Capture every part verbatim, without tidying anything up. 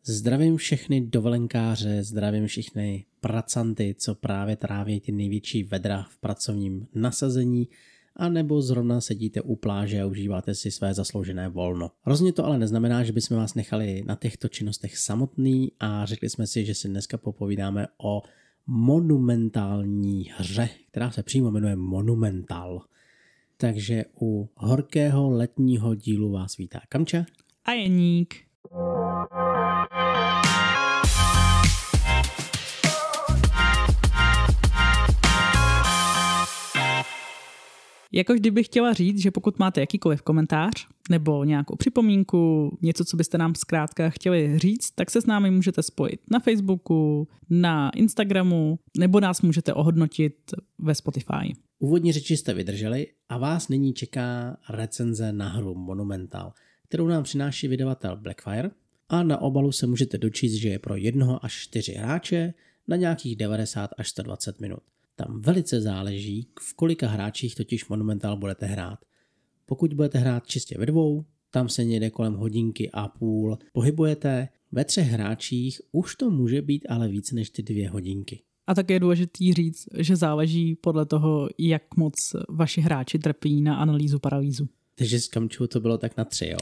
Zdravím všechny dovolenkáře, zdravím všechny pracanty, co právě tráví ty největší vedra v pracovním nasazení, a nebo zrovna sedíte u pláže a užíváte si své zasloužené volno. Rozhodně to ale neznamená, že bychom vás nechali na těchto činnostech samotný a řekli jsme si, že si dneska popovídáme o monumentální hře, která se přímo jmenuje Monumental. Takže u horkého letního dílu vás vítá Kamča a Jeník. Jako vždy bych chtěla říct, že pokud máte jakýkoliv komentář nebo nějakou připomínku, něco, co byste nám zkrátka chtěli říct, tak se s námi můžete spojit na Facebooku, na Instagramu, nebo nás můžete ohodnotit ve Spotify. Úvodní řeči jste vydrželi a vás nyní čeká recenze na hru Monumental, kterou nám přináší vydavatel Blackfire, a na obalu se můžete dočíst, že je pro jednoho až čtyři hráče na nějakých devadesát až sto dvacet minut. Tam velice záleží, v kolika hráčích totiž Monumental budete hrát. Pokud budete hrát čistě ve dvou, tam se někde kolem hodinky a půl pohybujete, ve třech hráčích už to může být ale více než ty dvě hodinky. A tak je důležitý říct, že záleží podle toho, jak moc vaši hráči trpí na analýzu paralýzu. Takže s Kamčou to bylo tak na tři, jo?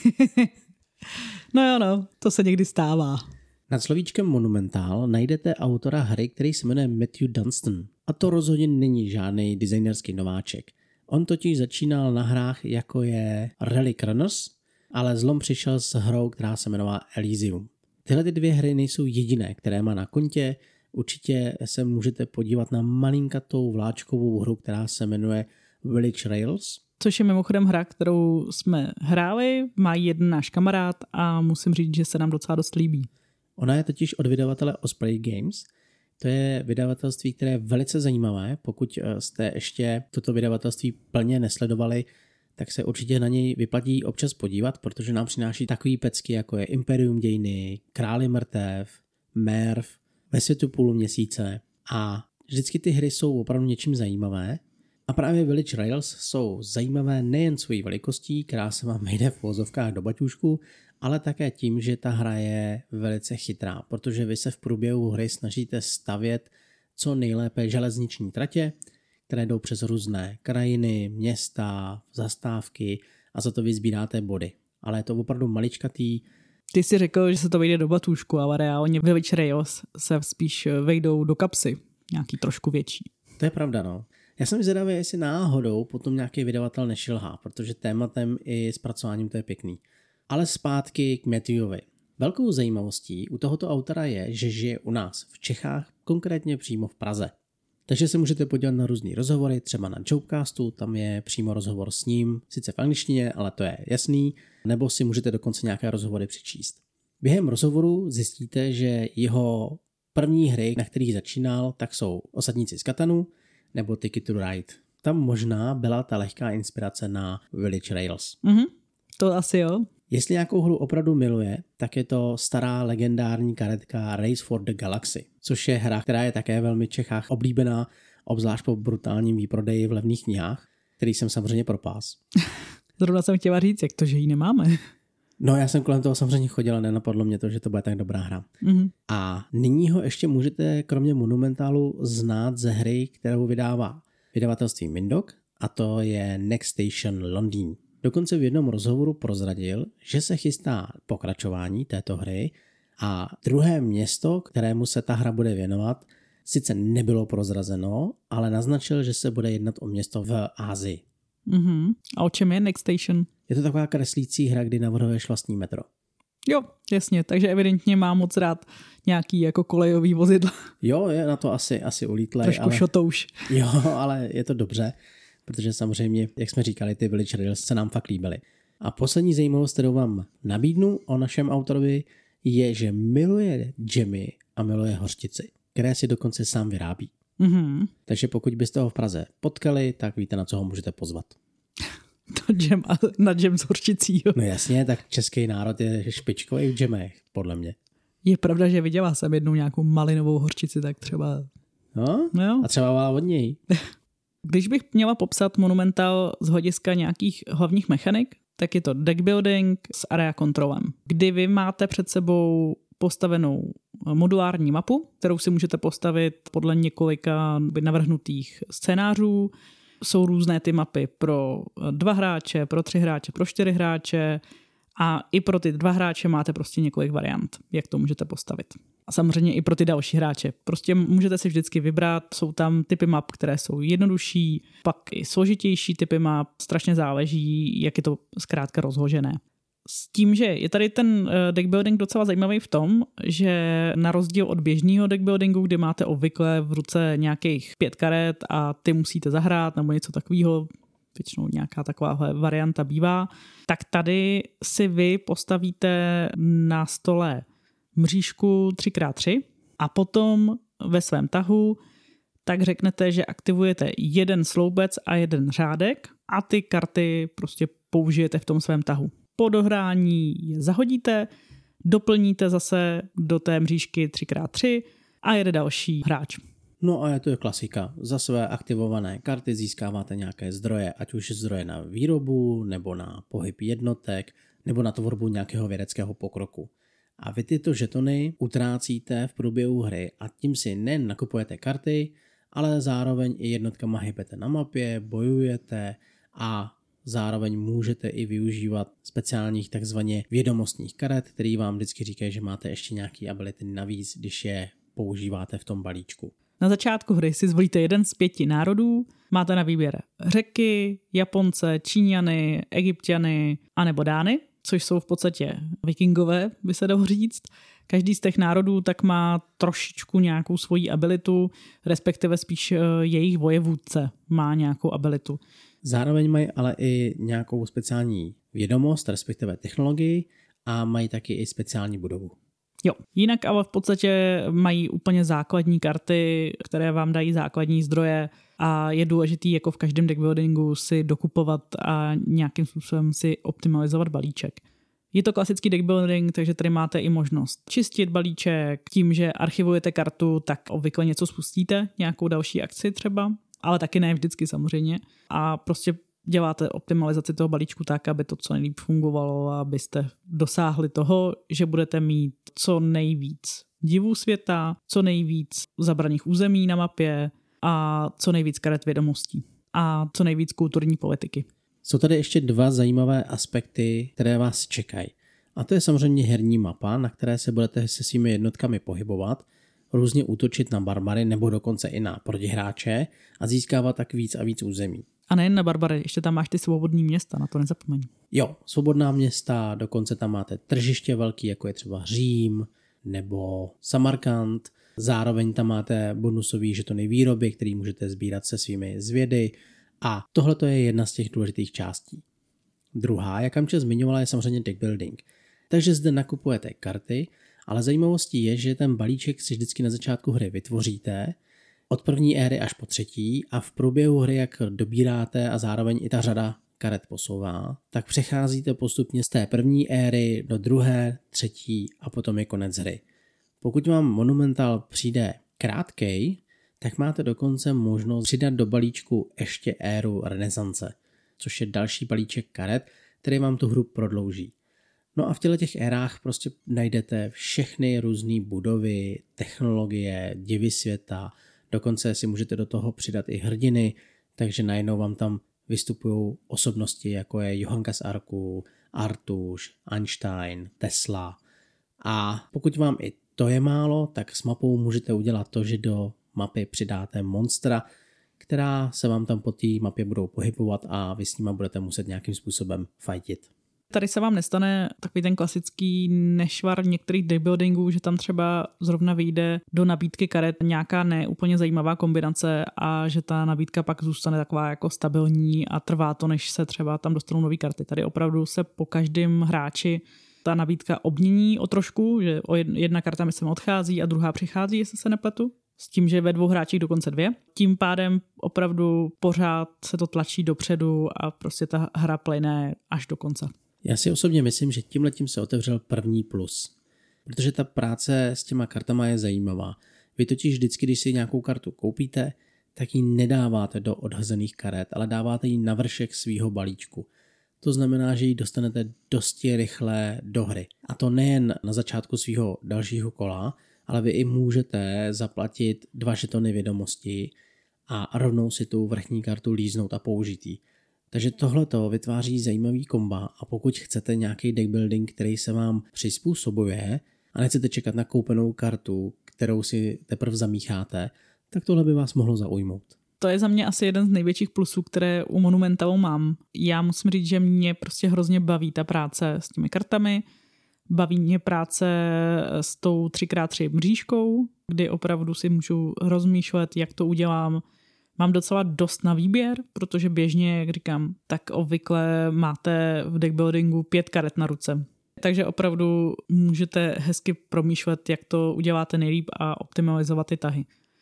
No jo, no, to se někdy stává. Nad slovíčkem Monumental najdete autora hry, který se jmenuje Matthew Dunstan. A to rozhodně není žádný designerský nováček. On totiž začínal na hrách, jako je Relic Runners, ale zlom přišel s hrou, která se jmenovala Elysium. Tyhle ty dvě hry nejsou jediné, které má na kontě. Určitě se můžete podívat na malinkatou vláčkovou hru, která se jmenuje Village Rails. Což je mimochodem hra, kterou jsme hráli, má jeden náš kamarád a musím říct, že se nám docela dost líbí. Ona je totiž od vydavatele Osprey Games. To je vydavatelství, které je velice zajímavé. Pokud jste ještě toto vydavatelství plně nesledovali, tak se určitě na něj vyplatí občas podívat, protože nám přináší takový pecky, jako je Imperium dějiny, Králi mrtev, Merv, Ve světu půl měsíce. A vždycky ty hry jsou opravdu něčím zajímavé. A právě Village Rails jsou zajímavé nejen svojí velikostí, která se vám vejde v vozovkách do baťůžku, ale také tím, že ta hra je velice chytrá, protože vy se v průběhu hry snažíte stavět co nejlépe železniční tratě, které jdou přes různé krajiny, města, zastávky a za to vy sbíráte body. Ale je to opravdu maličkatý. Ty jsi řekl, že se to vejde do batůžku, ale reálně Village Rails se spíš vejdou do kapsy, nějaký trošku větší. To je pravda, no. Já jsem zvědavý, jestli náhodou potom nějaký vydavatel nešilhá, protože tématem i zpracováním to je pěkný. Ale zpátky k Matthewovi. Velkou zajímavostí u tohoto autora je, že žije u nás v Čechách, konkrétně přímo v Praze. Takže se můžete podívat na různý rozhovory, třeba na Jokecastu, tam je přímo rozhovor s ním, sice v angličtině, ale to je jasný, nebo si můžete dokonce nějaké rozhovory přečíst. Během rozhovoru zjistíte, že jeho první hry, na kterých začínal, tak jsou Osadníci z Katanu nebo Ticket to Ride. Tam možná byla ta lehká inspirace na Village Rails. Mhm, to asi jo. Jestli nějakou hru opravdu miluje, tak je to stará legendární karetka Race for the Galaxy, což je hra, která je také velmi v Čechách oblíbená, obzvlášť po brutálním výprodeji v levných knihách, který jsem samozřejmě propás. Zrovna jsem chtěla říct, jak to, že ji nemáme. No, já jsem kolem toho samozřejmě chodil a nenapadlo mě to, že to bude tak dobrá hra. Mm-hmm. A nyní ho ještě můžete kromě Monumentalu znát ze hry, kterou vydává vydavatelství Mindok, a to je Next Station Londýn. Dokonce v jednom rozhovoru prozradil, že se chystá pokračování této hry a druhé město, kterému se ta hra bude věnovat, sice nebylo prozrazeno, ale naznačil, že se bude jednat o město v Asii. Mm-hmm. A o čem je Next Station? Je to taková kreslící hra, kdy navrhuješ vlastní metro. Jo, jasně, takže evidentně má moc rád nějaký jako kolejový vozidla. Jo, je na to asi, asi ulítlej. Trošku ale... šotouš. Jo, ale je to dobře, protože samozřejmě, jak jsme říkali, ty Village Rails se nám fakt líbily. A poslední zajímavost, kterou vám nabídnu o našem autorovi, je, že miluje džemy a miluje hořčici, které si dokonce sám vyrábí. Mm-hmm. Takže pokud byste ho v Praze potkali, tak víte, na co ho můžete pozvat. To džem, na džem s hořčicí. Jo. No jasně, tak český národ je špičkový v džemech, podle mě. Je pravda, že viděla jsem jednou nějakou malinovou hořčici, tak třeba... No, no. A třeba byla od něj. Když bych měla popsat Monumental z hlediska nějakých hlavních mechanik, tak je to deck building s area kontrolem, kdy vy máte před sebou postavenou modulární mapu, kterou si můžete postavit podle několika navrhnutých scénářů. Jsou různé ty mapy pro dva hráče, pro tři hráče, pro čtyři hráče a i pro ty dva hráče máte prostě několik variant, jak to můžete postavit. A samozřejmě i pro ty další hráče. Prostě můžete si vždycky vybrat, jsou tam typy map, které jsou jednodušší, pak i složitější typy map, strašně záleží, jak je to zkrátka rozložené. S tím, že je tady ten deckbuilding docela zajímavý v tom, že na rozdíl od běžného deckbuildingu, kdy máte obvykle v ruce nějakých pět karet a ty musíte zahrát nebo něco takového, většinou nějaká taková varianta bývá, tak tady si vy postavíte na stole mřížku tři krát tři a potom ve svém tahu tak řeknete, že aktivujete jeden sloubec a jeden řádek a ty karty prostě použijete v tom svém tahu. Po dohrání je zahodíte, doplníte zase do té mřížky tři krát tři a jede další hráč. No a je to je klasika. Za své aktivované karty získáváte nějaké zdroje, ať už zdroje na výrobu, nebo na pohyb jednotek, nebo na tvorbu nějakého vědeckého pokroku. A vy tyto žetony utrácíte v průběhu hry a tím si nejen nakupujete karty, ale zároveň i jednotkama hybete na mapě, bojujete a zároveň můžete i využívat speciálních takzvaně vědomostních karet, který vám vždycky říkají, že máte ještě nějaký ability navíc, když je používáte v tom balíčku. Na začátku hry si zvolíte jeden z pěti národů, máte na výběr Řeky, Japonce, Číňany, Egypťany anebo Dány, což jsou v podstatě vikingové, by se dalo říct. Každý z těch národů tak má trošičku nějakou svoji abilitu, respektive spíš jejich vojevůdce má nějakou abilitu. Zároveň mají ale i nějakou speciální vědomost, respektive technologii a mají taky i speciální budovu. Jo, jinak ale v podstatě mají úplně základní karty, které vám dají základní zdroje a je důležitý jako v každém deckbuildingu si dokupovat a nějakým způsobem si optimalizovat balíček. Je to klasický deckbuilding, takže tady máte i možnost čistit balíček. Tím, že archivujete kartu, tak obvykle něco spustíte, nějakou další akci třeba, ale taky ne vždycky samozřejmě. A prostě děláte optimalizaci toho balíčku tak, aby to co nejlíp fungovalo a abyste dosáhli toho, že budete mít co nejvíc divů světa, co nejvíc zabraných území na mapě a co nejvíc karet vědomostí a co nejvíc kulturní politiky. Jsou tady ještě dva zajímavé aspekty, které vás čekají. A to je samozřejmě herní mapa, na které se budete se svými jednotkami pohybovat, různě útočit na barbary nebo dokonce i na protihráče a získávat tak víc a víc území. A nejen na barbary, ještě tam máš ty svobodný města, na to nezapomeň. Jo, svobodná města, dokonce tam máte tržiště velký, jako je třeba Řím nebo Samarkand. Zároveň tam máte bonusový žetony výroby, který můžete sbírat se svými zvědy. A tohle je jedna z těch důležitých částí. Druhá, jak Amče zmiňovala, je samozřejmě deckbuilding. Takže zde nakupujete karty, ale zajímavostí je, že ten balíček si vždycky na začátku hry vytvoříte, od první éry až po třetí a v průběhu hry, jak dobíráte a zároveň i ta řada karet posouvá, tak přecházíte postupně z té první éry do druhé, třetí a potom je konec hry. Pokud vám Monumental přijde krátkej, tak máte dokonce možnost přidat do balíčku ještě éru renesance, což je další balíček karet, který vám tu hru prodlouží. No a v těchto těch érách prostě najdete všechny různé budovy, technologie, divy světa, dokonce si můžete do toho přidat i hrdiny, takže najednou vám tam vystupují osobnosti, jako je Johanka z Arku, Artuš, Einstein, Tesla. A pokud vám i to je málo, tak s mapou můžete udělat to, že do mapy přidáte monstra, která se vám tam po té mapě budou pohybovat a vy s nima budete muset nějakým způsobem fightit. Tady se vám nestane takový ten klasický nešvar některých deckbuildingů, že tam třeba zrovna vyjde do nabídky karet nějaká neúplně zajímavá kombinace a že ta nabídka pak zůstane taková jako stabilní a trvá to, než se třeba tam dostanou nové karty. Tady opravdu se po každém hráči ta nabídka obmění o trošku, že jedna karta myslím odchází a druhá přichází, jestli se nepletu. S tím, že ve dvou hráčích dokonce dvě. Tím pádem opravdu pořád se to tlačí dopředu a prostě ta hra plyne až do konce. Já si osobně myslím, že tímhletím se otevřel první plus. Protože ta práce s těma kartama je zajímavá. Vy totiž vždycky, když si nějakou kartu koupíte, tak ji nedáváte do odhazených karet, ale dáváte ji na vršek svýho balíčku. To znamená, že ji dostanete dosti rychle do hry. A to nejen na začátku svého dalšího kola, ale vy i můžete zaplatit dva žetony vědomosti a rovnou si tu vrchní kartu líznout a použít ji. Takže tohleto vytváří zajímavý komba a pokud chcete nějaký deckbuilding, který se vám přizpůsobuje a nechcete čekat na koupenou kartu, kterou si teprve zamícháte, tak tohle by vás mohlo zaujmout. To je za mě asi jeden z největších plusů, které u Monumentalu mám. Já musím říct, že mě prostě hrozně baví ta práce s těmi kartami, baví mě práce s tou tři krát tři mřížkou, kdy opravdu si můžu rozmýšlet, jak to udělám. Mám docela dost na výběr, protože běžně, jak říkám, tak obvykle máte v deckbuildingu pět karet na ruce. Takže opravdu můžete hezky promýšlet, jak to uděláte nejlíp a optimalizovat ty tahy.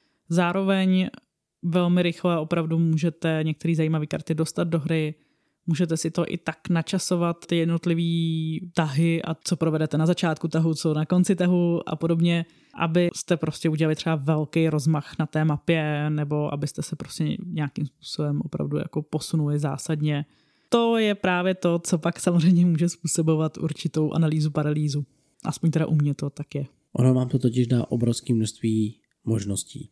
Zároveň velmi rychle opravdu můžete některé zajímavé karty dostat do hry, můžete si to i tak načasovat, ty jednotlivý tahy a co provedete na začátku tahu, co na konci tahu a podobně, abyste prostě udělali třeba velký rozmach na té mapě nebo abyste se prostě nějakým způsobem opravdu jako posunuli zásadně. To je právě to, co pak samozřejmě může způsobovat určitou analýzu paralýzu. Aspoň teda u mě to tak je. Ono vám to totiž dá obrovské množství možností.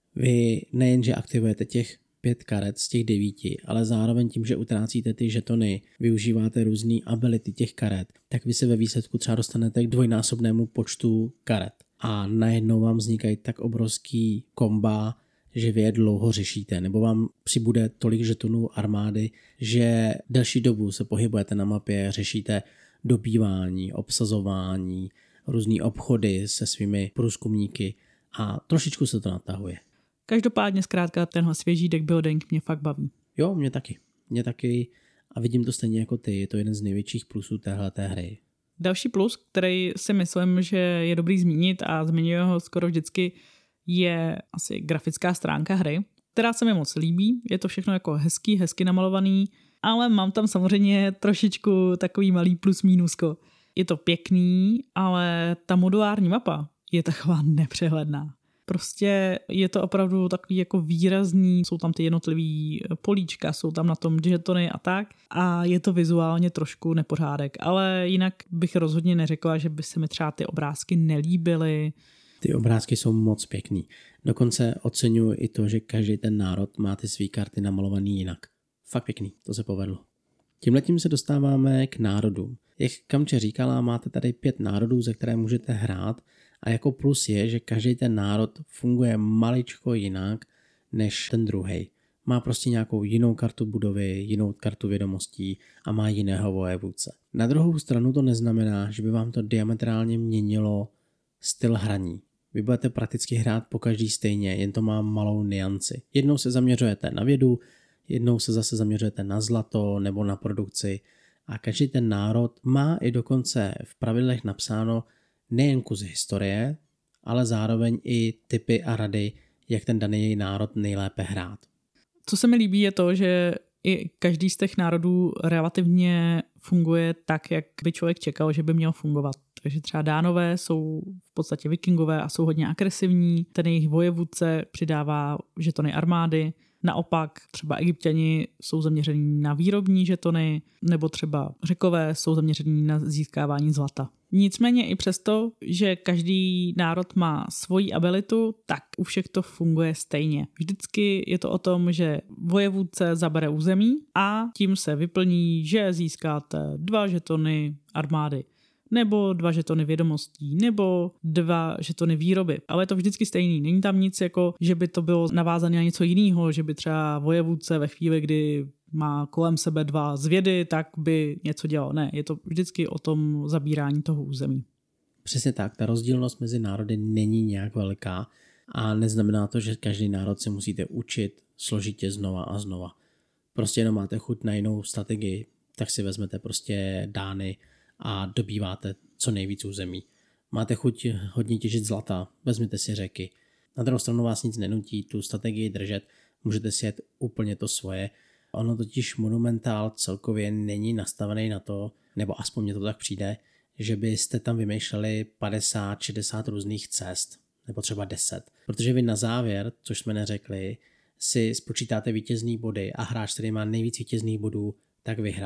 Vy nejenže aktivujete těch pět karet z těch devíti, ale zároveň tím, že utrácíte ty žetony, využíváte různý ability těch karet, tak vy se ve výsledku třeba dostanete k dvojnásobnému počtu karet. A najednou vám vznikají tak obrovský komba, že vy je dlouho řešíte, nebo vám přibude tolik žetonů armády, že delší dobu se pohybujete na mapě, řešíte dobývání, obsazování, různý obchody se svými průzkumníky a trošičku se to natahuje. Každopádně zkrátka tenhle svěží deckbuilding mě fakt baví. Jo, mě taky. Mě taky a vidím to stejně jako ty. Je to jeden z největších plusů téhleté hry. Další plus, který si myslím, že je dobrý zmínit a zmiňuji ho skoro vždycky, je asi grafická stránka hry, která se mi moc líbí. Je to všechno jako hezký, hezky namalovaný, ale mám tam samozřejmě trošičku takový malý plus mínusko. Je to pěkný, ale ta modulární mapa je taková nepřehledná. Prostě je to opravdu takový jako výrazný, jsou tam ty jednotlivý políčka, jsou tam na tom žetony a tak a je to vizuálně trošku nepořádek, ale jinak bych rozhodně neřekla, že by se mi třeba ty obrázky nelíbily. Ty obrázky jsou moc pěkný. Dokonce oceňuji i to, že každý ten národ má ty svý karty namalovaný jinak. Fakt pěkný, to se povedlo. Tímhletím se dostáváme k národům. Jak Kamče říkala, máte tady pět národů, ze které můžete hrát a jako plus je, že každý ten národ funguje maličko jinak než ten druhej. Má prostě nějakou jinou kartu budovy, jinou kartu vědomostí a má jiného vojevůdce. Na druhou stranu to neznamená, že by vám to diametrálně měnilo styl hraní. Vy budete prakticky hrát po každý stejně, jen to má malou nianci. Jednou se zaměřujete na vědu, jednou se zase zaměřujete na zlato nebo na produkci a každý ten národ má i dokonce v pravidlech napsáno nejen kus historie, ale zároveň i tipy a rady, jak ten daný národ nejlépe hrát. Co se mi líbí je to, že i každý z těch národů relativně funguje tak, jak by člověk čekal, že by měl fungovat. Takže třeba Dánové jsou v podstatě vikingové a jsou hodně agresivní, ten jejich vojevůdce přidává žetony armády, naopak třeba Egypťani jsou zaměření na výrobní žetony, nebo třeba Řekové jsou zaměření na získávání zlata. Nicméně i přesto, že každý národ má svoji abilitu, tak u všech to funguje stejně. Vždycky je to o tom, že vojevůdce zabere území a tím se vyplní, že získáte dva žetony armády, nebo dva žetony vědomostí, nebo dva žetony výroby. Ale je to vždycky stejný. Není tam nic jako, že by to bylo navázané na něco jiného, že by třeba vojevůdce ve chvíli, kdy má kolem sebe dva z vědy, tak by něco dělal. Ne, je to vždycky o tom zabírání toho území. Přesně tak, ta rozdílnost mezi národy není nějak velká a neznamená to, že každý národ se musíte učit složitě znova a znova. Prostě jenom máte chuť na jinou strategii, tak si vezmete prostě Dány a dobýváte co nejvíc území. Máte chuť hodně těžit zlata, vezměte si Řeky. Na druhou stranu vás nic nenutí tu strategii držet, můžete si jet úplně to svoje. Ono totiž Monumental celkově není nastavený na to, nebo aspoň mně to tak přijde, že byste tam vymýšleli padesát šedesát různých cest, nebo třeba deset. Protože vy na závěr, což jsme neřekli, si spočítáte vítězný body a hráč, který má nejvíc vítězných bodů, tak vyhrál.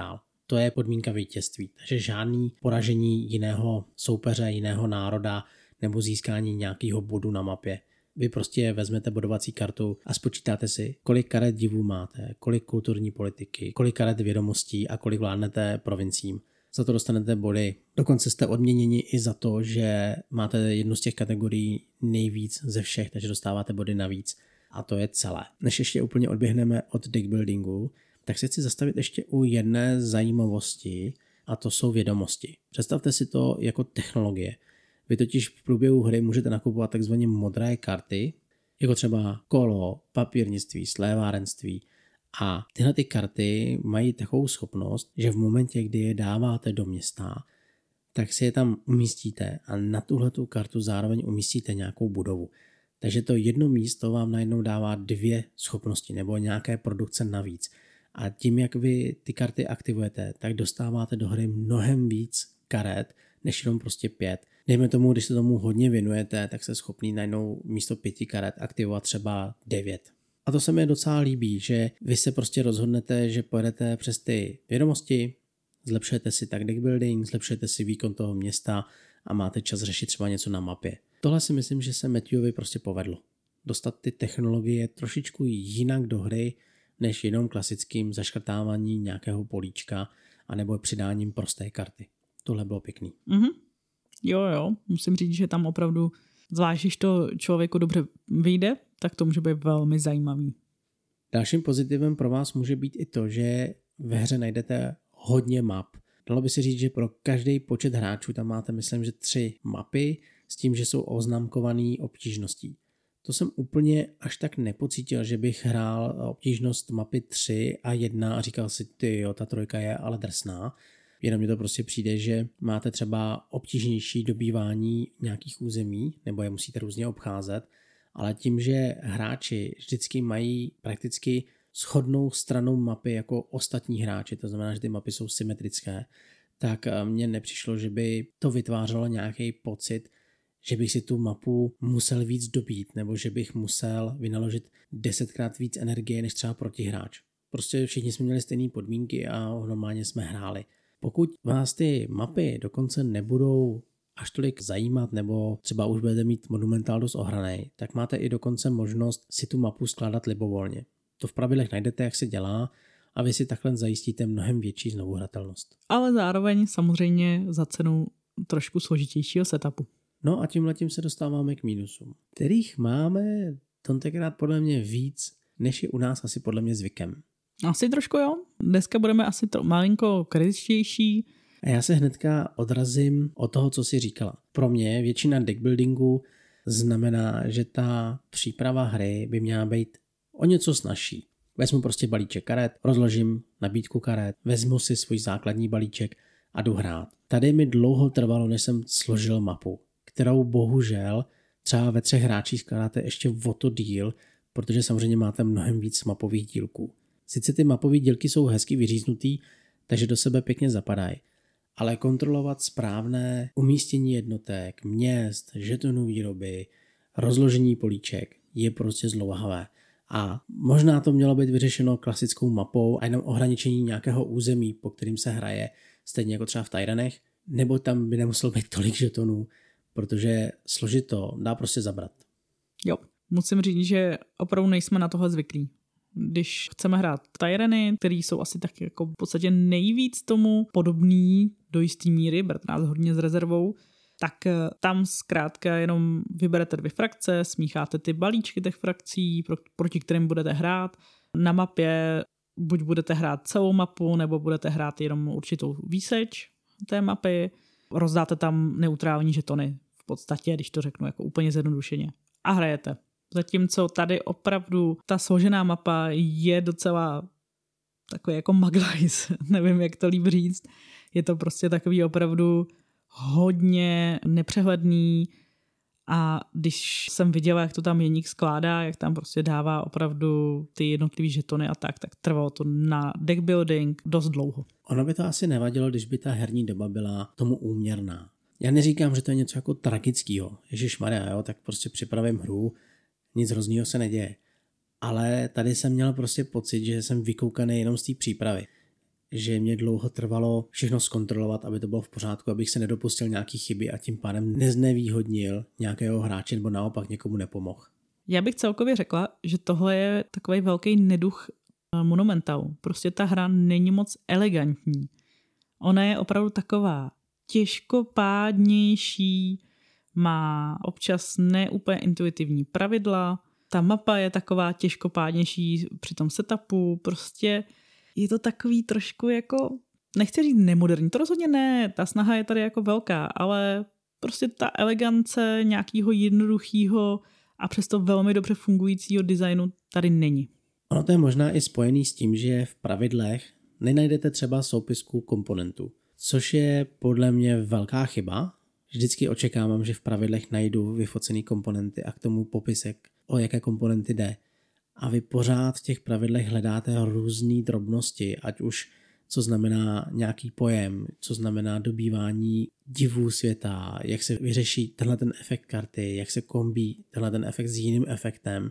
To je podmínka vítězství. Takže žádný poražení jiného soupeře, jiného národa nebo získání nějakého bodu na mapě. Vy prostě vezmete bodovací kartu a spočítáte si, kolik karet divů máte, kolik kulturní politiky, kolik karet vědomostí a kolik vládnete provinciím. Za to dostanete body. Dokonce jste odměněni i za to, že máte jednu z těch kategorií nejvíc ze všech, takže dostáváte body navíc. A to je celé. Než ještě úplně odběhneme od deckbuildingu, tak se chci zastavit ještě u jedné zajímavosti a to jsou vědomosti. Představte si to jako technologie. Vy totiž v průběhu hry můžete nakupovat takzvané modré karty, jako třeba kolo, papírnictví, slévárenství. A tyhle ty karty mají takovou schopnost, že v momentě, kdy je dáváte do města, tak si je tam umístíte a na tuhletu kartu zároveň umístíte nějakou budovu. Takže to jedno místo vám najednou dává dvě schopnosti nebo nějaké produkce navíc. A tím, jak vy ty karty aktivujete, tak dostáváte do hry mnohem víc karet, než jenom prostě pět. Dejme tomu, když se tomu hodně věnujete, tak jste schopný najednou místo pěti karet aktivovat třeba devět. A to se mi docela líbí, že vy se prostě rozhodnete, že pojedete přes ty vědomosti, zlepšujete si tak deckbuilding, zlepšujete si výkon toho města a máte čas řešit třeba něco na mapě. Tohle si myslím, že se Matthewovi prostě povedlo. Dostat ty technologie trošičku jinak do hry, než jenom klasickým zaškrtáváním nějakého políčka anebo přidáním prosté karty. Tohle bylo pěkný. Mm-hmm. Jo, jo, musím říct, že tam opravdu, zvlášť když to člověku dobře vyjde, tak to může být velmi zajímavý. Dalším pozitivem pro vás může být i to, že ve hře najdete hodně map. Dalo by se říct, že pro každý počet hráčů tam máte, myslím, že tři mapy s tím, že jsou oznamkovaný obtížností. To jsem úplně až tak nepocítil, že bych hrál obtížnost mapy tři a jedna a říkal si, ty jo, ta trojka je ale drsná. Jenom mi to prostě přijde, že máte třeba obtížnější dobývání nějakých území, nebo je musíte různě obcházet, ale tím, že hráči vždycky mají prakticky shodnou stranu mapy jako ostatní hráči, to znamená, že ty mapy jsou symetrické, tak mně nepřišlo, že by to vytvářelo nějaký pocit, že bych si tu mapu musel víc dobít, nebo že bych musel vynaložit desetkrát víc energie než třeba protihráč. Prostě všichni jsme měli stejné podmínky a normálně jsme hráli. Pokud vás ty mapy dokonce nebudou až tolik zajímat, nebo třeba už budete mít monumentál dost ohranej, tak máte i dokonce možnost si tu mapu skládat libovolně. To v pravidlech najdete, jak se dělá, a vy si takhle zajistíte mnohem větší znovuhratelnost. Ale zároveň samozřejmě za cenu trošku složitějšího setupu. No a tímhletím se dostáváme k mínusům, kterých máme tentokrát podle mě víc, než je u nás asi podle mě zvykem. Asi trošku jo. Dneska budeme asi to malinko kritičtější. A já se hnedka odrazím od toho, co jsi říkala. Pro mě většina deckbuildingu znamená, že ta příprava hry by měla být o něco snazší. Vezmu prostě balíček karet, rozložím nabídku karet, vezmu si svůj základní balíček a jdu hrát. Tady mi dlouho trvalo, než jsem složil mapu, kterou bohužel třeba ve třech hráčích skládáte ještě o to díl, protože samozřejmě máte mnohem víc mapových dílků. Sice ty mapové dílky jsou hezky vyříznutý, takže do sebe pěkně zapadají, ale kontrolovat správné umístění jednotek, měst, žetonů výroby, rozložení políček je prostě zdlouhavé. A možná to mělo být vyřešeno klasickou mapou a jenom ohraničení nějakého území, po kterým se hraje, stejně jako třeba v Tyranech, nebo tam by nemuselo být tolik žetonů, protože složit to dá prostě zabrat. Jo, musím říct, že opravdu nejsme na tohle zvyklí. Když chceme hrát Tyrany, který jsou asi tak jako v podstatě nejvíc tomu podobný do jistý míry, brát nás hodně s rezervou, tak tam zkrátka jenom vyberete dvě frakce, smícháte ty balíčky těch frakcí, pro, proti kterým budete hrát. Na mapě buď budete hrát celou mapu, nebo budete hrát jenom určitou výseč té mapy. Rozdáte tam neutrální žetony v podstatě, když to řeknu jako úplně zjednodušeně. A hrajete. Zatímco tady opravdu ta složená mapa je docela takový jako maglajs, nevím, jak to líp říct. Je to prostě takový opravdu hodně nepřehledný a když jsem viděla, jak to tam Jeník skládá, jak tam prostě dává opravdu ty jednotlivý žetony a tak, tak trvalo to na deckbuilding dost dlouho. Ono by to asi nevadilo, když by ta herní doba byla tomu úměrná. Já neříkám, že to je něco jako tragického. Ježišmarja, jo, tak prostě připravím hru, nic hroznýho se neděje. Ale tady jsem měl prostě pocit, že jsem vykoukaný jenom z té přípravy. že mě dlouho trvalo všechno zkontrolovat, aby to bylo v pořádku, abych se nedopustil nějaký chyby a tím pádem neznevýhodnil nějakého hráče nebo naopak někomu nepomohl. Já bych celkově řekla, že tohle je takový velký neduch Monumentalu. Prostě ta hra není moc elegantní. Ona je opravdu taková těžkopádnější, má občas neúplně intuitivní pravidla, ta mapa je taková těžkopádnější při tom setupu, prostě je to takový trošku jako, nechci říct nemoderní, to rozhodně ne, ta snaha je tady jako velká, ale prostě ta elegance nějakého jednoduchého a přesto velmi dobře fungujícího designu tady není. Ono to je možná i spojený s tím, že v pravidlech nenajdete třeba soupisku komponentů, což je podle mě velká chyba. Vždycky očekávám, že v pravidlech najdu vyfocený komponenty a k tomu popisek, o jaké komponenty jde. A vy pořád v těch pravidlech hledáte různé drobnosti, ať už co znamená nějaký pojem, co znamená dobývání divů světa, jak se vyřeší tenhle ten efekt karty, jak se kombí tenhle ten efekt s jiným efektem.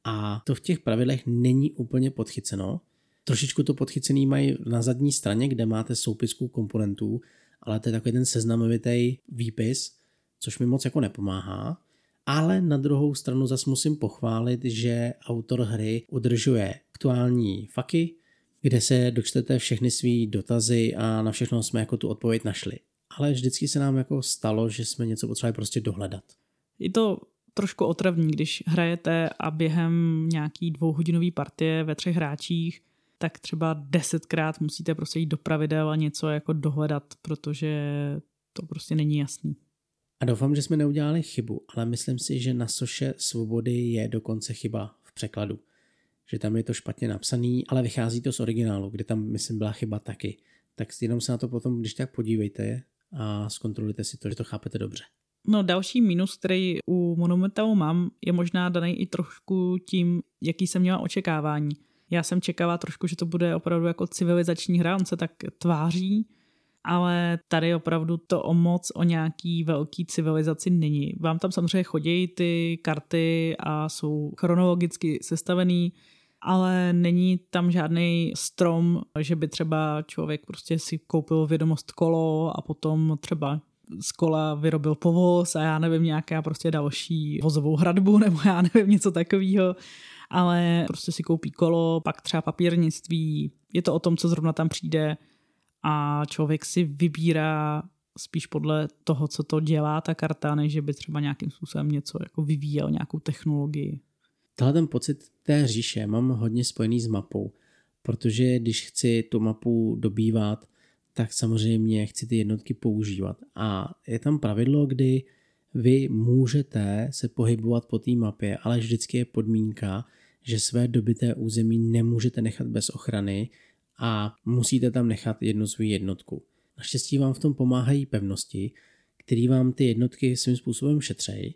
A to v těch pravidlech není úplně podchyceno. Trošičku to podchycený mají na zadní straně, kde máte soupisku komponentů, ale to je takový ten seznamovitý výpis, což mi moc jako nepomáhá. Ale na druhou stranu zase musím pochválit, že autor hry udržuje aktuální faky, kde se dočtete všechny svý dotazy a na všechno jsme jako tu odpověď našli. Ale vždycky se nám jako stalo, že jsme něco potřebovali prostě dohledat. Je to trošku otravný, když hrajete a během nějaký dvouhodinový partie ve třech hráčích, tak třeba desetkrát musíte prostě jít do pravidel a něco jako dohledat, protože to prostě není jasný. A doufám, že jsme neudělali chybu, ale myslím si, že na soše svobody je dokonce chyba v překladu. Že tam je to špatně napsaný, ale vychází to z originálu, kde tam, myslím, byla chyba taky. Tak jenom se na to potom, když tak podívejte a zkontrolujte si to, že to chápete dobře. No další mínus, který u Monumentalu mám, je možná daný i trošku tím, jaký jsem měla očekávání. Já jsem čekala trošku, že to bude opravdu jako civilizační hra, on se tak tváří, ale tady opravdu to o moc o nějaký velký civilizaci není. Vám tam samozřejmě chodí ty karty a jsou chronologicky sestavený, ale není tam žádný strom, že by třeba člověk prostě si koupil vědomost kolo a potom třeba z kola vyrobil povoz a já nevím, nějaká prostě další vozovou hradbu nebo já nevím, něco takového, ale prostě si koupí kolo, pak třeba papírnictví, je to o tom, co zrovna tam přijde a člověk si vybírá spíš podle toho, co to dělá ta karta, než že by třeba nějakým způsobem něco jako vyvíjel, nějakou technologii. Tenhle ten pocit té říše mám hodně spojený s mapou, protože když chci tu mapu dobývat, tak samozřejmě chci ty jednotky používat. A je tam pravidlo, kdy vy můžete se pohybovat po té mapě, ale vždycky je podmínka, že své dobyté území nemůžete nechat bez ochrany a musíte tam nechat jednu svou jednotku. Naštěstí vám v tom pomáhají pevnosti, které vám ty jednotky svým způsobem šetřejí,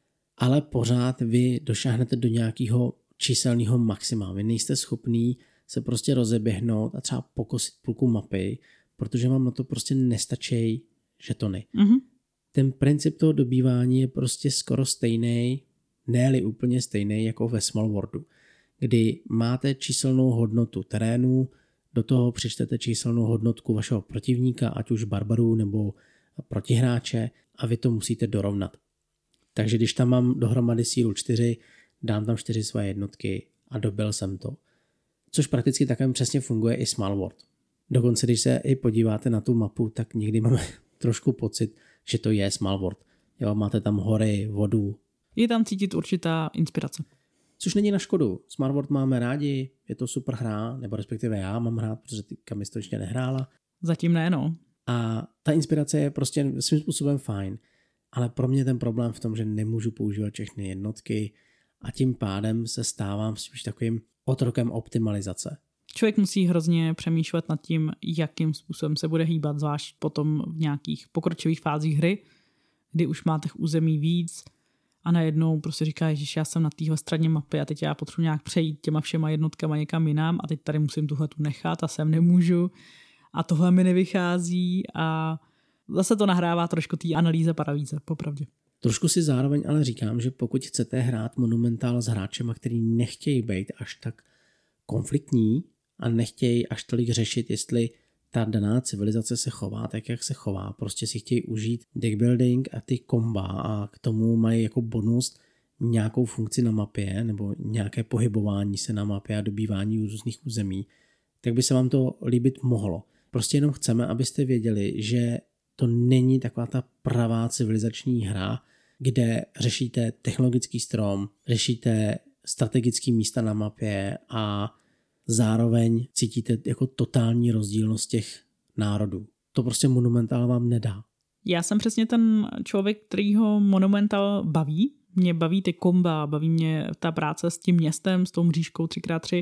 ale pořád vy došáhnete do nějakého číselného maxima. Vy nejste schopný se prostě rozeběhnout a třeba pokosit půlku mapy, protože vám na to prostě nestačí žetony. Mm-hmm. Ten princip toho dobývání je prostě skoro stejný, ne-li úplně stejný jako ve Small Worldu, kdy máte číselnou hodnotu terénu, do toho přičtete číselnou hodnotku vašeho protivníka, ať už barbarů nebo protihráče a vy to musíte dorovnat. Takže když tam mám dohromady sílu čtyři, dám tam čtyři své jednotky a dobil jsem to. Což prakticky takhle přesně funguje i Small World. Dokonce, když se i podíváte na tu mapu, tak někdy máme trošku pocit, že to je Small World. Jo, máte tam hory, vodu. Je tam cítit určitá inspirace. Což není na škodu. Small World máme rádi, je to super hra, nebo respektive já mám rád, protože ty Kamis to ještě nehrála. Zatím ne, no. A ta inspirace je prostě svým způsobem fajn. Ale pro mě ten problém v tom, že nemůžu používat všechny jednotky a tím pádem se stávám spíš takovým otrokem optimalizace. Člověk musí hrozně přemýšlet nad tím, jakým způsobem se bude hýbat, zvlášť potom v nějakých pokročilých fázích hry, kdy už máte těch území víc a najednou prostě říká, že já jsem na téhle straně mapy a teď já potřebuji nějak přejít těma všema jednotkama někam jinam a teď tady musím tuhle tu nechat a sem nemůžu a tohle mi nevychází a zase to nahrává trošku té analýze paravíze, popravdě. Trošku si zároveň ale říkám, že pokud chcete hrát Monumental s hráčema, který nechtějí být až tak konfliktní a nechtějí až tolik řešit, jestli ta daná civilizace se chová tak, jak se chová. Prostě si chtějí užít deck building a ty komba a k tomu mají jako bonus nějakou funkci na mapě nebo nějaké pohybování se na mapě a dobývání různých území, tak by se vám to líbit mohlo. Prostě jenom chceme, abyste věděli, že to není taková ta pravá civilizační hra, kde řešíte technologický strom, řešíte strategické místa na mapě a zároveň cítíte jako totální rozdílnost těch národů. To prostě Monumental vám nedá. Já jsem přesně ten člověk, kterýho Monumental baví. Mě baví ty komba, baví mě ta práce s tím městem, s tou mřížkou tři krát tři,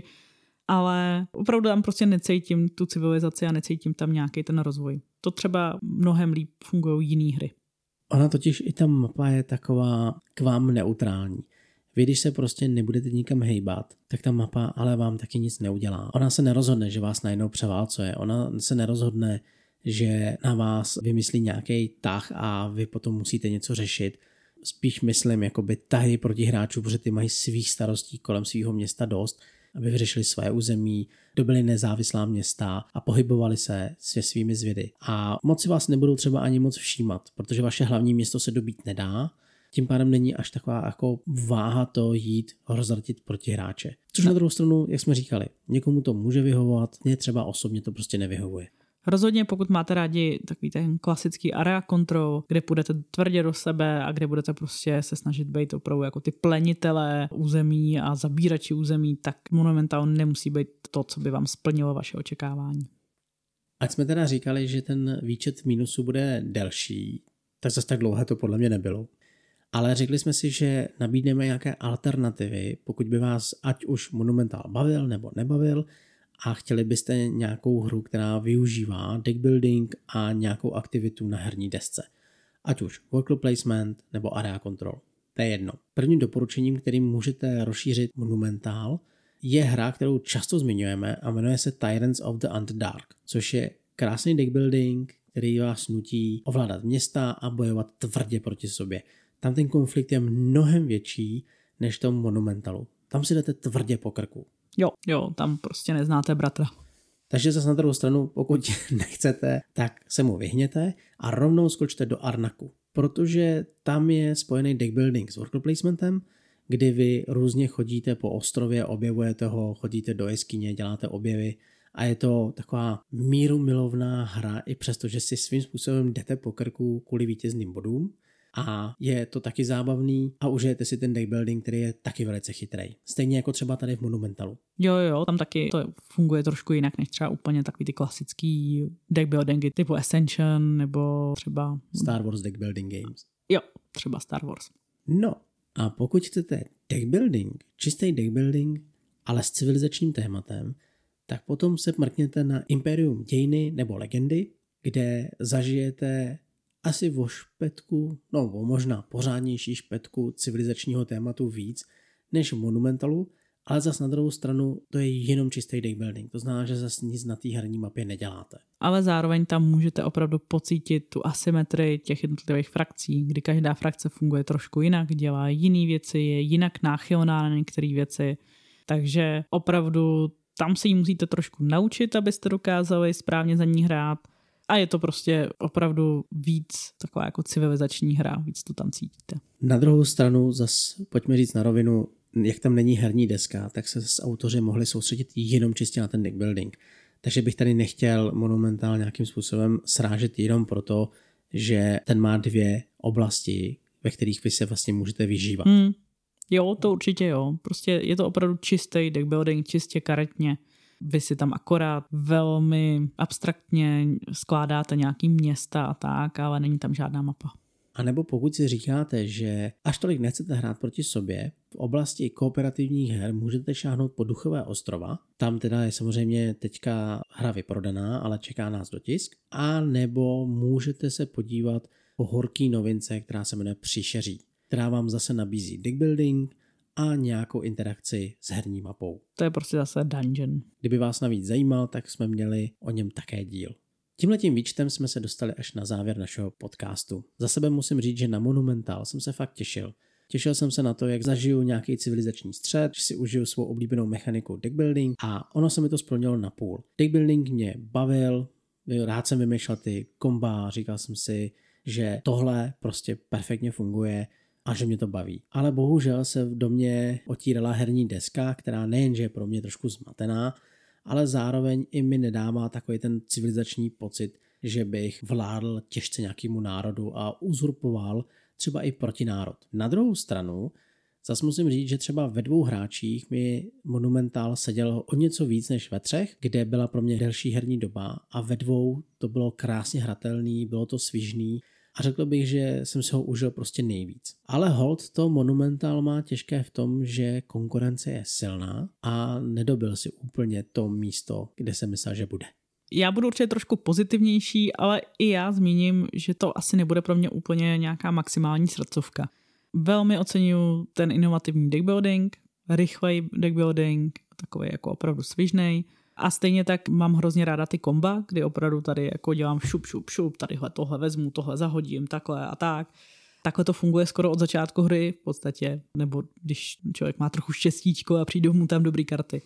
ale opravdu tam prostě necítím tu civilizaci a necítím tam nějaký ten rozvoj. To třeba mnohem líp fungují jiné hry. Ona totiž i ta mapa je taková k vám neutrální. Vy, když se prostě nebudete nikam hejbat, tak ta mapa ale vám taky nic neudělá. Ona se nerozhodne, že vás najednou převálcuje. Ona se nerozhodne, že na vás vymyslí nějaký tah a vy potom musíte něco řešit. Spíš myslím jakoby tahy proti hráčů, protože ty mají svých starostí kolem svého města dost, aby vyřešili své území, dobili nezávislá města a pohybovali se se svými zvědy. A moc si vás nebudou třeba ani moc všímat, protože vaše hlavní město se dobít nedá, tím pádem není až taková jako váha to jít rozrtit proti hráče. Což na druhou stranu, jak jsme říkali, někomu to může vyhovovat, mně třeba osobně to prostě nevyhovuje. Rozhodně, pokud máte rádi takový ten klasický area control, kde půjdete tvrdě do sebe a kde budete prostě se snažit být opravdu jako ty plenitelé území a zabírači území, tak Monumental nemusí být to, co by vám splnilo vaše očekávání. Ať jsme teda říkali, že ten výčet minusů bude delší, tak zase tak dlouhé to podle mě nebylo. Ale řekli jsme si, že nabídneme nějaké alternativy, pokud by vás ať už Monumental bavil nebo nebavil, a chtěli byste nějakou hru, která využívá deck building a nějakou aktivitu na herní desce. Ať už worker placement nebo area control. To je jedno. Prvním doporučením, kterým můžete rozšířit Monumental, je hra, kterou často zmiňujeme a jmenuje se Tyrants of the Underdark, což je krásný deck building, který vás nutí ovládat města a bojovat tvrdě proti sobě. Tam ten konflikt je mnohem větší než v tom Monumentalu. Tam si jdete tvrdě po krku. Jo, jo, tam prostě neznáte bratra. Takže zase na druhou stranu, pokud nechcete, tak se mu vyhněte a rovnou skočte do Arnaku, protože tam je spojený deck building s worker placementem, kdy vy různě chodíte po ostrově, objevujete ho, chodíte do jeskyně, děláte objevy a je to taková míru milovná hra, i přesto, že si svým způsobem jdete po krku kvůli vítězným bodům. A je to taky zábavný a užijete si ten deck building, který je taky velice chytrý. Stejně jako třeba tady v Monumentalu. Jo, jo, tam taky to funguje trošku jinak než třeba úplně takový ty klasický deck buildingy typu Ascension nebo třeba Star Wars deck building games. Jo, třeba Star Wars. No a pokud chcete deck building, čistý deck building, ale s civilizačním tématem, tak potom se mrkněte na Imperium dějiny nebo legendy, kde zažijete asi o špetku, no o možná pořádnější špetku civilizačního tématu víc než v Monumentalu, ale zas na druhou stranu to je jenom čistý deck building. To znamená, že zase nic na té herní mapě neděláte. Ale zároveň tam můžete opravdu pocítit tu asymetrii těch jednotlivých frakcí, kdy každá frakce funguje trošku jinak, dělá jiné věci, je jinak náchylná na některé věci. Takže opravdu tam si ji musíte trošku naučit, abyste dokázali správně za ní hrát. A je to prostě opravdu víc taková jako civilizační hra, víc to tam cítíte. Na druhou stranu zase pojďme říct na rovinu, jak tam není herní deska, tak se s autoři mohli soustředit jenom čistě na ten deck building. Takže bych tady nechtěl Monumental nějakým způsobem srážet jenom proto, že ten má dvě oblasti, ve kterých vy se vlastně můžete vyžívat. Hmm. Jo, to určitě jo. Prostě je to opravdu čistý deck building, čistě karetně. Vy si tam akorát velmi abstraktně skládáte nějaký města a tak, ale není tam žádná mapa. A nebo pokud si říkáte, že až tolik nechcete hrát proti sobě, v oblasti kooperativních her můžete šáhnout po Duchové ostrova. Tam teda je samozřejmě teďka hra vyprodaná, ale čeká nás dotisk. A nebo můžete se podívat po horký novince, která se jmenuje Příšeří, která vám zase nabízí deck building a nějakou interakci s herní mapou. To je prostě zase dungeon. Kdyby vás navíc zajímal, tak jsme měli o něm také díl. Tímhletím výčtem jsme se dostali až na závěr našeho podcastu. Za sebe musím říct, že na Monumental jsem se fakt těšil. Těšil jsem se na to, jak zažiju nějaký civilizační střed, že si užiju svou oblíbenou mechaniku deckbuilding a ono se mi to splnilo na půl. Deckbuilding mě bavil, rád jsem vymýšlel ty komba, říkal jsem si, že tohle prostě perfektně funguje a že mě to baví. Ale bohužel se do mě otírala herní deska, která nejenže je pro mě trošku zmatená, ale zároveň i mi nedává takový ten civilizační pocit, že bych vládl těžce nějakému národu a uzurpoval třeba i protinárod. Na druhou stranu zase musím říct, že třeba ve dvou hráčích mi Monumental seděl o něco víc než ve třech, kde byla pro mě delší herní doba a ve dvou to bylo krásně hratelný, bylo to svižný a řekl bych, že jsem si ho užil prostě nejvíc. Ale hold to Monumental má těžké v tom, že konkurence je silná a nedobil si úplně to místo, kde jsem myslel, že bude. Já budu určitě trošku pozitivnější, ale i já zmíním, že to asi nebude pro mě úplně nějaká maximální srdcovka. Velmi oceňuji ten inovativní deckbuilding, rychlej deckbuilding, takový jako opravdu svižnej. A stejně tak mám hrozně ráda ty komba, kdy opravdu tady jako dělám šup, šup, šup, tadyhle tohle vezmu, tohle zahodím, takhle a tak. Takhle to funguje skoro od začátku hry v podstatě, nebo když člověk má trochu štěstíčko a přijdou mu tam dobrý karty.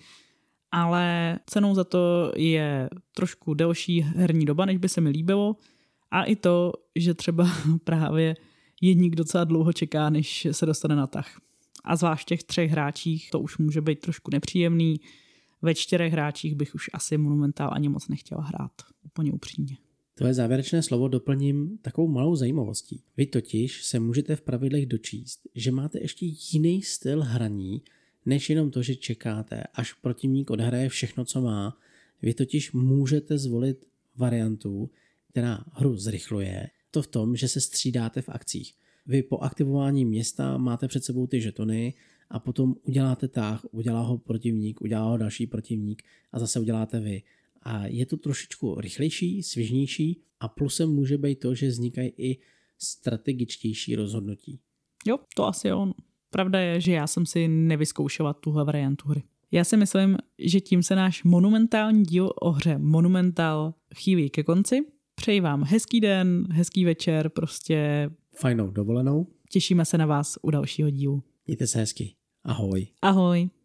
Ale cenou za to je trošku delší herní doba, než by se mi líbilo. A i to, že třeba právě jedník docela dlouho čeká, než se dostane na tah. A zvlášť v těch třech hráčích to už může být trošku nepříjemný. Ve čtyřech hráčích bych už asi Monumental ani moc nechtěla hrát. Úplně upřímně. Tvoje závěrečné slovo doplním takovou malou zajímavostí. Vy totiž se můžete v pravidlech dočíst, že máte ještě jiný styl hraní, než jenom to, že čekáte, až protivník odhraje všechno, co má. Vy totiž můžete zvolit variantu, která hru zrychluje, to v tom, že se střídáte v akcích. Vy po aktivování města máte před sebou ty žetony a potom uděláte tah, udělá ho protivník, udělá ho další protivník a zase uděláte vy. A je to trošičku rychlejší, svižnější a plusem může být to, že vznikají i strategičtější rozhodnutí. Jo, to asi jo. Pravda je, že já jsem si nevyzkoušela tuhle variantu hry. Já si myslím, že tím se náš monumentální díl o hře Monumental chýlí ke konci. Přeji vám hezký den, hezký večer, prostě fajnou dovolenou. Těšíme se na vás u dalšího dílu. Mějte se hezky. Ahoj. Ahoj.